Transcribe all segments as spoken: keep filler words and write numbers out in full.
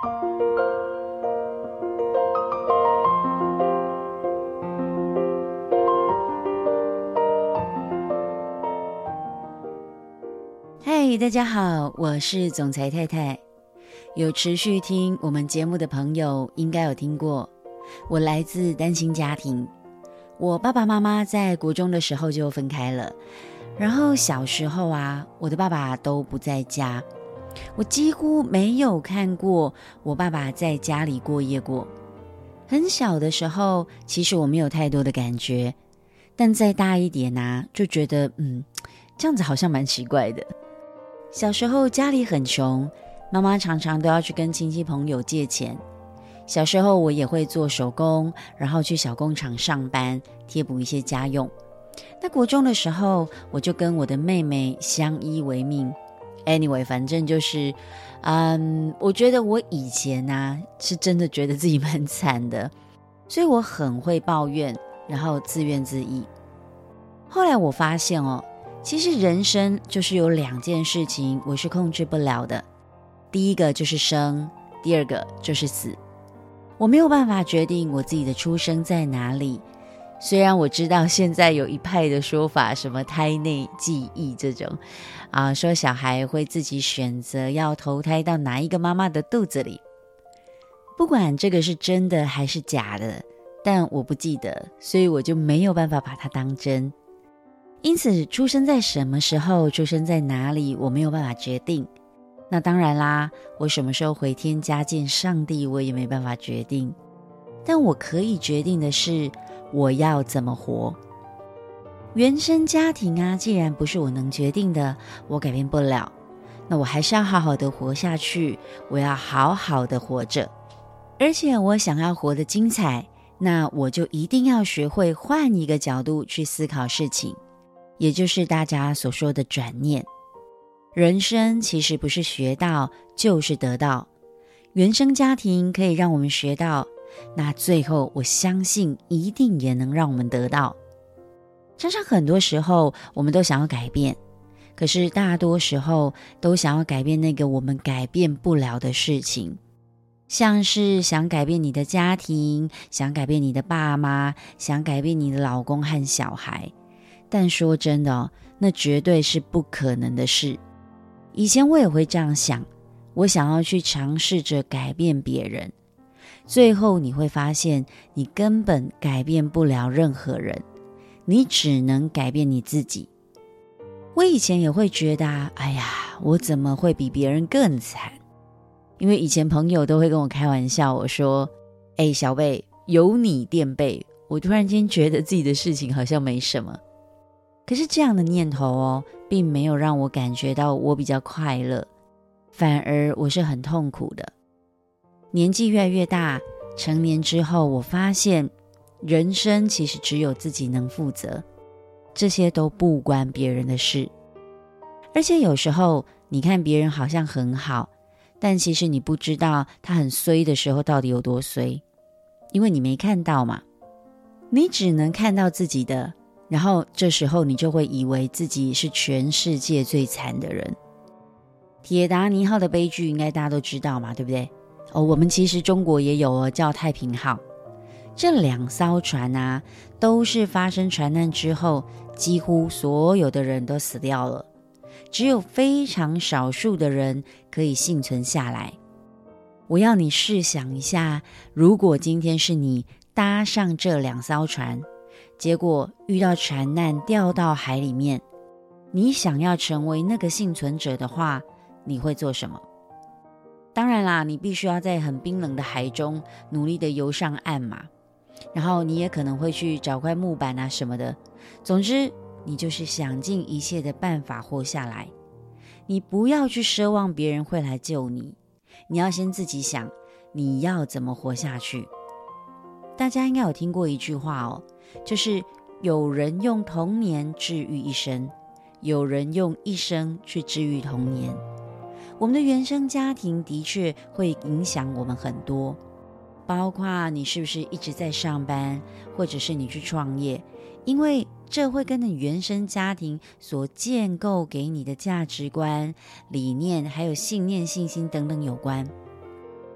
嗨，大家好，我是总裁太太。有持续听我们节目的朋友应该有听过，我来自单亲家庭，我爸爸妈妈在国中的时候就分开了，然后小时候啊，我的爸爸都不在家，我几乎没有看过我爸爸在家里过夜过。很小的时候，其实我没有太多的感觉，但再大一点啊，就觉得嗯，这样子好像蛮奇怪的。小时候家里很穷，妈妈常常都要去跟亲戚朋友借钱。小时候我也会做手工，然后去小工厂上班，贴补一些家用。那国中的时候，我就跟我的妹妹相依为命。Anyway， 反正就是，嗯，我觉得我以前啊，是真的觉得自己蛮惨的，所以我很会抱怨，然后自怨自艾。后来我发现哦，其实人生就是有两件事情我是控制不了的，第一个就是生，第二个就是死。我没有办法决定我自己的出生在哪里，虽然我知道现在有一派的说法，什么胎内记忆这种啊，说小孩会自己选择要投胎到哪一个妈妈的肚子里。不管这个是真的还是假的，但我不记得，所以我就没有办法把它当真。因此出生在什么时候，出生在哪里，我没有办法决定。那当然啦，我什么时候回天家见上帝，我也没办法决定。但我可以决定的是，我要怎么活。原生家庭啊，既然不是我能决定的，我改变不了，那我还是要好好的活下去，我要好好的活着。而且我想要活得精彩，那我就一定要学会换一个角度去思考事情，也就是大家所说的转念。人生其实不是学到就是得到，原生家庭可以让我们学到，那最后我相信一定也能让我们得到。常常很多时候我们都想要改变，可是大多时候都想要改变那个我们改变不了的事情，像是想改变你的家庭，想改变你的爸妈，想改变你的老公和小孩。但说真的哦，那绝对是不可能的事。以前我也会这样想，我想要去尝试着改变别人，最后你会发现你根本改变不了任何人，你只能改变你自己。我以前也会觉得啊，哎呀，我怎么会比别人更惨？因为以前朋友都会跟我开玩笑，我说，哎，小贝，有你垫背。我突然间觉得自己的事情好像没什么。可是这样的念头哦，并没有让我感觉到我比较快乐，反而我是很痛苦的。年纪越来越大，成年之后，我发现人生其实只有自己能负责，这些都不关别人的事。而且有时候你看别人好像很好，但其实你不知道他很衰的时候到底有多衰，因为你没看到嘛。你只能看到自己的，然后这时候你就会以为自己是全世界最惨的人。铁达尼号的悲剧应该大家都知道嘛，对不对？哦，我们其实中国也有哦，叫太平号。这两艘船啊，都是发生船难之后，几乎所有的人都死掉了，只有非常少数的人可以幸存下来。我要你试想一下，如果今天是你搭上这两艘船，结果遇到船难掉到海里面，你想要成为那个幸存者的话，你会做什么？当然啦，你必须要在很冰冷的海中努力的游上岸嘛，然后你也可能会去找块木板啊什么的，总之你就是想尽一切的办法活下来。你不要去奢望别人会来救你，你要先自己想你要怎么活下去。大家应该有听过一句话哦，就是有人用童年治愈一生，有人用一生去治愈童年。我们的原生家庭的确会影响我们很多，包括你是不是一直在上班，或者是你去创业，因为这会跟你原生家庭所建构给你的价值观、理念，还有信念、信心等等有关。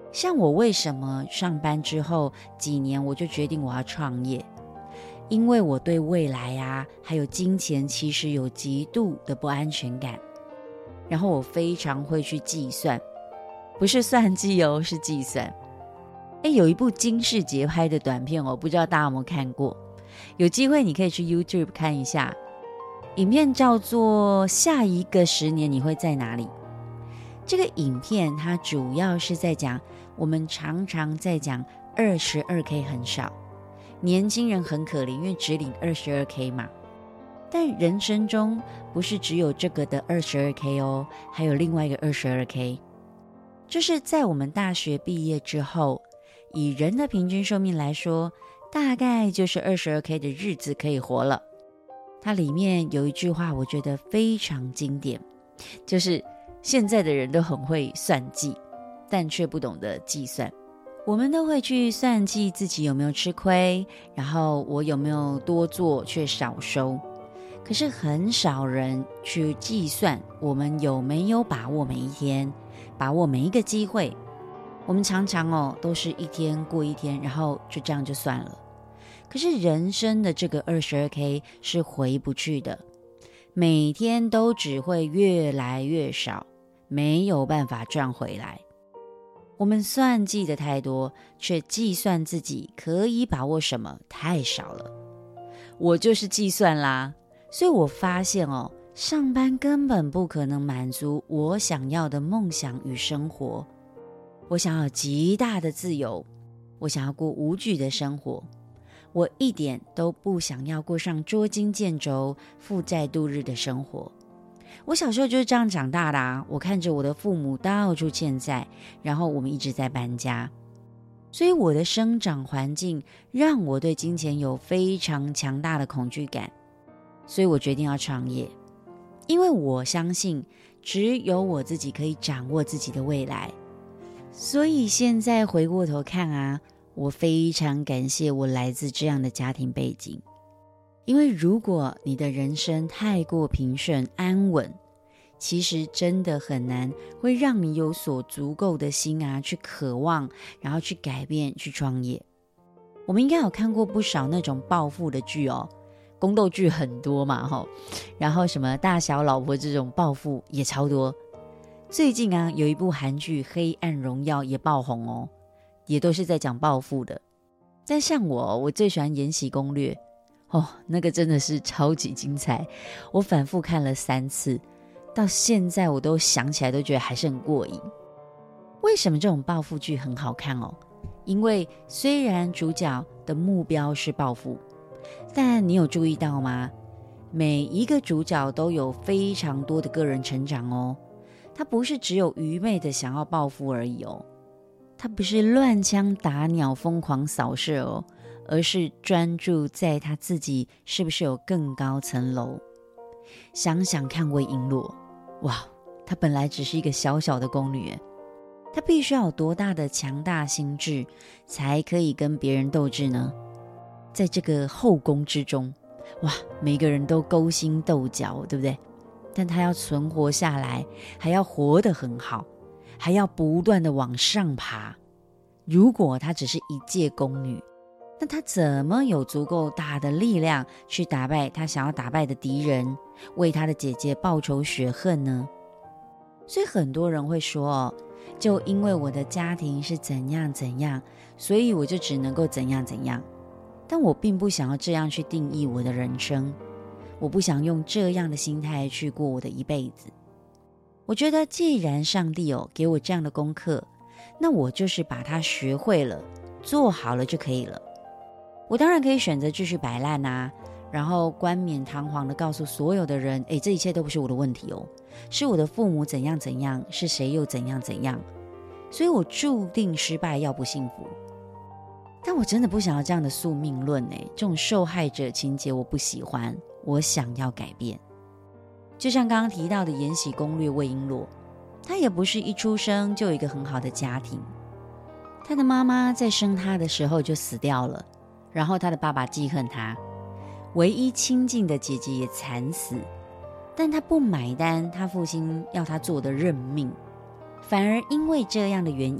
像我为什么上班之后几年我就决定我要创业，因为我对未来啊还有金钱其实有极度的不安全感，然后我非常会去计算，不是算计哦，是计算。诶，有一部金世杰拍的短片哦，不知道大家有没有看过，有机会你可以去 YouTube 看一下，影片叫做下一个十年你会在哪里。这个影片它主要是在讲，我们常常在讲 二十二K 很少，年轻人很可怜，因为只领 二十二K 嘛。但人生中不是只有这个的 二十二K 哦，还有另外一个 二十二K， 就是在我们大学毕业之后，以人的平均寿命来说，大概就是 二十二K 的日子可以活了。它里面有一句话我觉得非常经典，就是现在的人都很会算计，但却不懂得计算。我们都会去算计自己有没有吃亏，然后我有没有多做却少收，可是很少人去计算我们有没有把握每一天，把握每一个机会。我们常常哦都是一天过一天，然后就这样就算了。可是人生的这个 二十二K 是回不去的，每天都只会越来越少，没有办法赚回来。我们算计的太多，却计算自己可以把握什么太少了。我就是计算啦，所以我发现哦，上班根本不可能满足我想要的梦想与生活。我想要极大的自由，我想要过无惧的生活，我一点都不想要过上捉襟见肘、负债度日的生活。我小时候就是这样长大的啊，我看着我的父母到处欠债，然后我们一直在搬家，所以我的生长环境让我对金钱有非常强大的恐惧感，所以我决定要创业，因为我相信只有我自己可以掌握自己的未来。所以现在回过头看啊，我非常感谢我来自这样的家庭背景，因为如果你的人生太过平顺安稳，其实真的很难会让你有所足够的心啊，去渴望，然后去改变，去创业。我们应该有看过不少那种暴富的剧哦，宫斗剧很多嘛吼，然后什么大小老婆这种暴富也超多。最近啊，有一部韩剧《黑暗荣耀》也爆红哦，也都是在讲暴富的。但像我，我最喜欢《延禧攻略》哦，那个真的是超级精彩，我反复看了三次，到现在我都想起来都觉得还是很过瘾。为什么这种暴富剧很好看哦？因为虽然主角的目标是暴富，但你有注意到吗？每一个主角都有非常多的个人成长哦。他不是只有愚昧的想要暴富而已哦，他不是乱枪打鸟疯狂扫射哦，而是专注在他自己是不是有更高层楼。想想看魏璎珞，哇，她本来只是一个小小的宫女，她必须要有多大的强大心智才可以跟别人斗智呢？在这个后宫之中，哇，每个人都勾心斗角，对不对？但他要存活下来，还要活得很好，还要不断的往上爬。如果她只是一介宫女，那她怎么有足够大的力量去打败她想要打败的敌人，为她的姐姐报仇雪恨呢？所以很多人会说哦，就因为我的家庭是怎样怎样，所以我就只能够怎样怎样。但我并不想要这样去定义我的人生，我不想用这样的心态去过我的一辈子。我觉得既然上帝哦给我这样的功课，那我就是把它学会了，做好了就可以了。我当然可以选择继续摆烂啊，然后冠冕堂皇的告诉所有的人，诶，这一切都不是我的问题哦，是我的父母怎样怎样，是谁又怎样怎样，所以我注定失败，要不幸福。但我真的不想要这样的宿命论，诶，这种受害者情节我不喜欢，我想要改变。就像刚刚提到的《延禧攻略》魏璎珞，她也不是一出生就有一个很好的家庭，她的妈妈在生她的时候就死掉了，然后她的爸爸记恨她，唯一亲近的姐姐也惨死，但她不买单她父亲要她做的认命，反而因为这样的原因，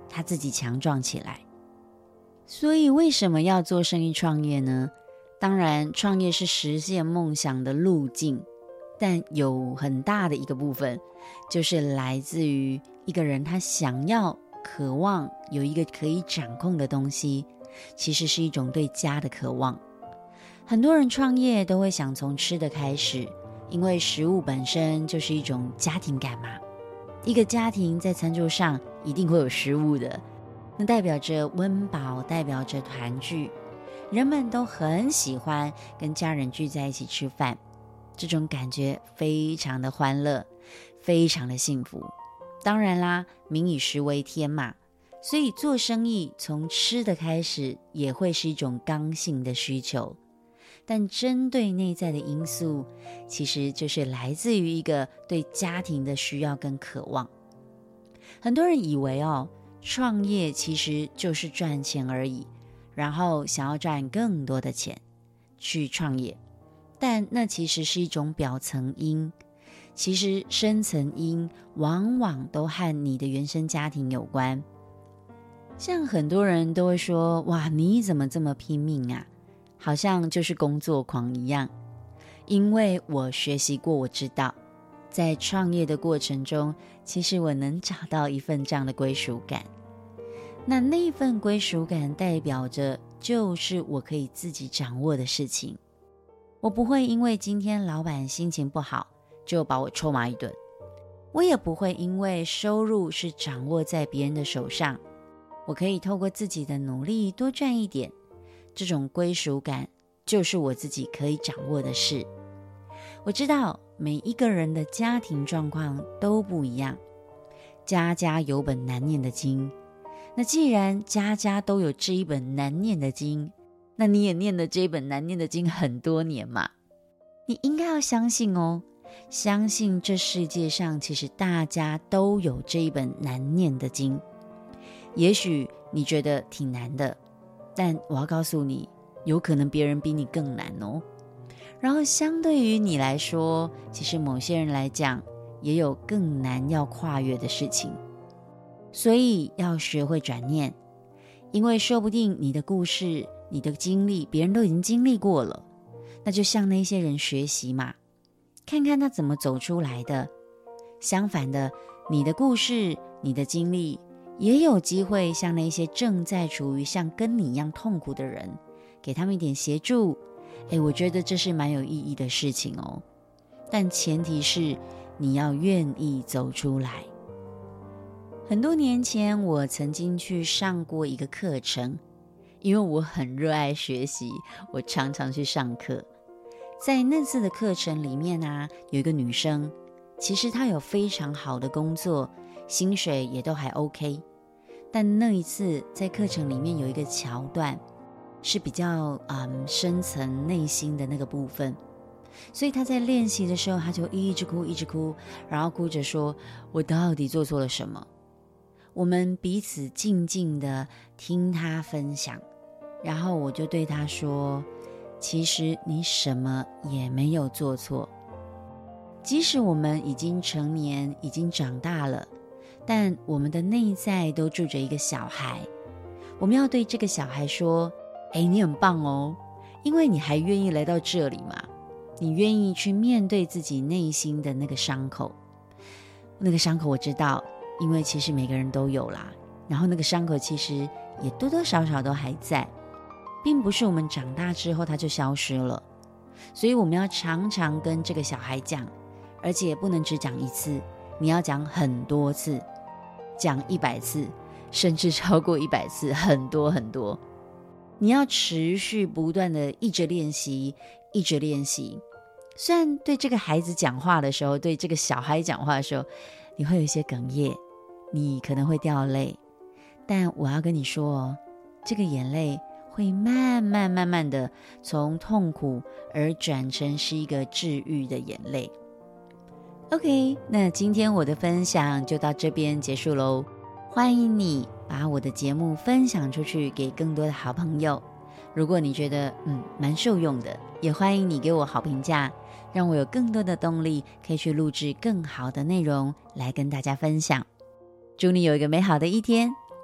他自己强壮起来。所以为什么要做生意创业呢？当然，创业是实现梦想的路径，但有很大的一个部分就是来自于一个人他想要渴望有一个可以掌控的东西，其实是一种对家的渴望。很多人创业都会想从吃的开始，因为食物本身就是一种家庭感嘛。一个家庭在餐桌上一定会有食物的，那代表着温饱，代表着团聚。人们都很喜欢跟家人聚在一起吃饭，这种感觉非常的欢乐，非常的幸福。当然啦，民以食为天嘛，所以做生意从吃的开始也会是一种刚性的需求。但针对内在的因素，其实就是来自于一个对家庭的需要跟渴望。很多人以为哦，创业其实就是赚钱而已，然后想要赚更多的钱去创业，但那其实是一种表层因，其实深层因往往都和你的原生家庭有关。像很多人都会说，哇，你怎么这么拼命啊？好像就是工作狂一样。因为我学习过，我知道在创业的过程中，其实我能找到一份这样的归属感。那那份归属感代表着就是我可以自己掌握的事情。我不会因为今天老板心情不好就把我臭骂一顿，我也不会因为收入是掌握在别人的手上，我可以透过自己的努力多赚一点。这种归属感就是我自己可以掌握的事。我知道每一个人的家庭状况都不一样，家家有本难念的经。那既然家家都有这一本难念的经，那你也念了这一本难念的经很多年嘛，你应该要相信哦，相信这世界上其实大家都有这一本难念的经。也许你觉得挺难的，但我要告诉你，有可能别人比你更难哦。然后相对于你来说，其实某些人来讲也有更难要跨越的事情。所以要学会转念，因为说不定你的故事，你的经历别人都已经经历过了，那就向那些人学习嘛，看看他怎么走出来的。相反的，你的故事，你的经历也有机会向那些正在处于像跟你一样痛苦的人，给他们一点协助。诶，我觉得这是蛮有意义的事情哦。但前提是你要愿意走出来。很多年前，我曾经去上过一个课程，因为我很热爱学习，我常常去上课。在那次的课程里面啊，有一个女生，其实她有非常好的工作，薪水也都还 OK。但那一次在课程里面有一个桥段，是比较、嗯、深层内心的那个部分，所以她在练习的时候，她就一直哭一直哭，然后哭着说，我到底做错了什么？我们彼此静静的听她分享，然后我就对她说，其实你什么也没有做错。即使我们已经成年，已经长大了，但我们的内在都住着一个小孩。我们要对这个小孩说，哎，你很棒哦，因为你还愿意来到这里嘛，你愿意去面对自己内心的那个伤口。那个伤口我知道，因为其实每个人都有啦，然后那个伤口其实也多多少少都还在，并不是我们长大之后它就消失了。所以我们要常常跟这个小孩讲，而且不能只讲一次，你要讲很多次，讲一百次，甚至超过一百次，很多很多。你要持续不断的一直练习，一直练习。虽然对这个孩子讲话的时候，对这个小孩讲话的时候，你会有一些哽咽，你可能会掉泪，但我要跟你说哦，这个眼泪会慢慢慢慢的从痛苦而转成是一个治愈的眼泪。OK， 那今天我的分享就到这边结束咯。欢迎你把我的节目分享出去给更多的好朋友。如果你觉得嗯蛮受用的，也欢迎你给我好评价，让我有更多的动力可以去录制更好的内容来跟大家分享。祝你有一个美好的一天，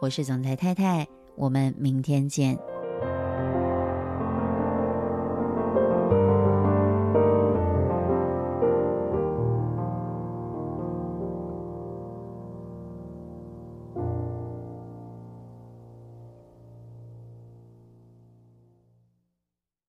我是总裁太太，我们明天见。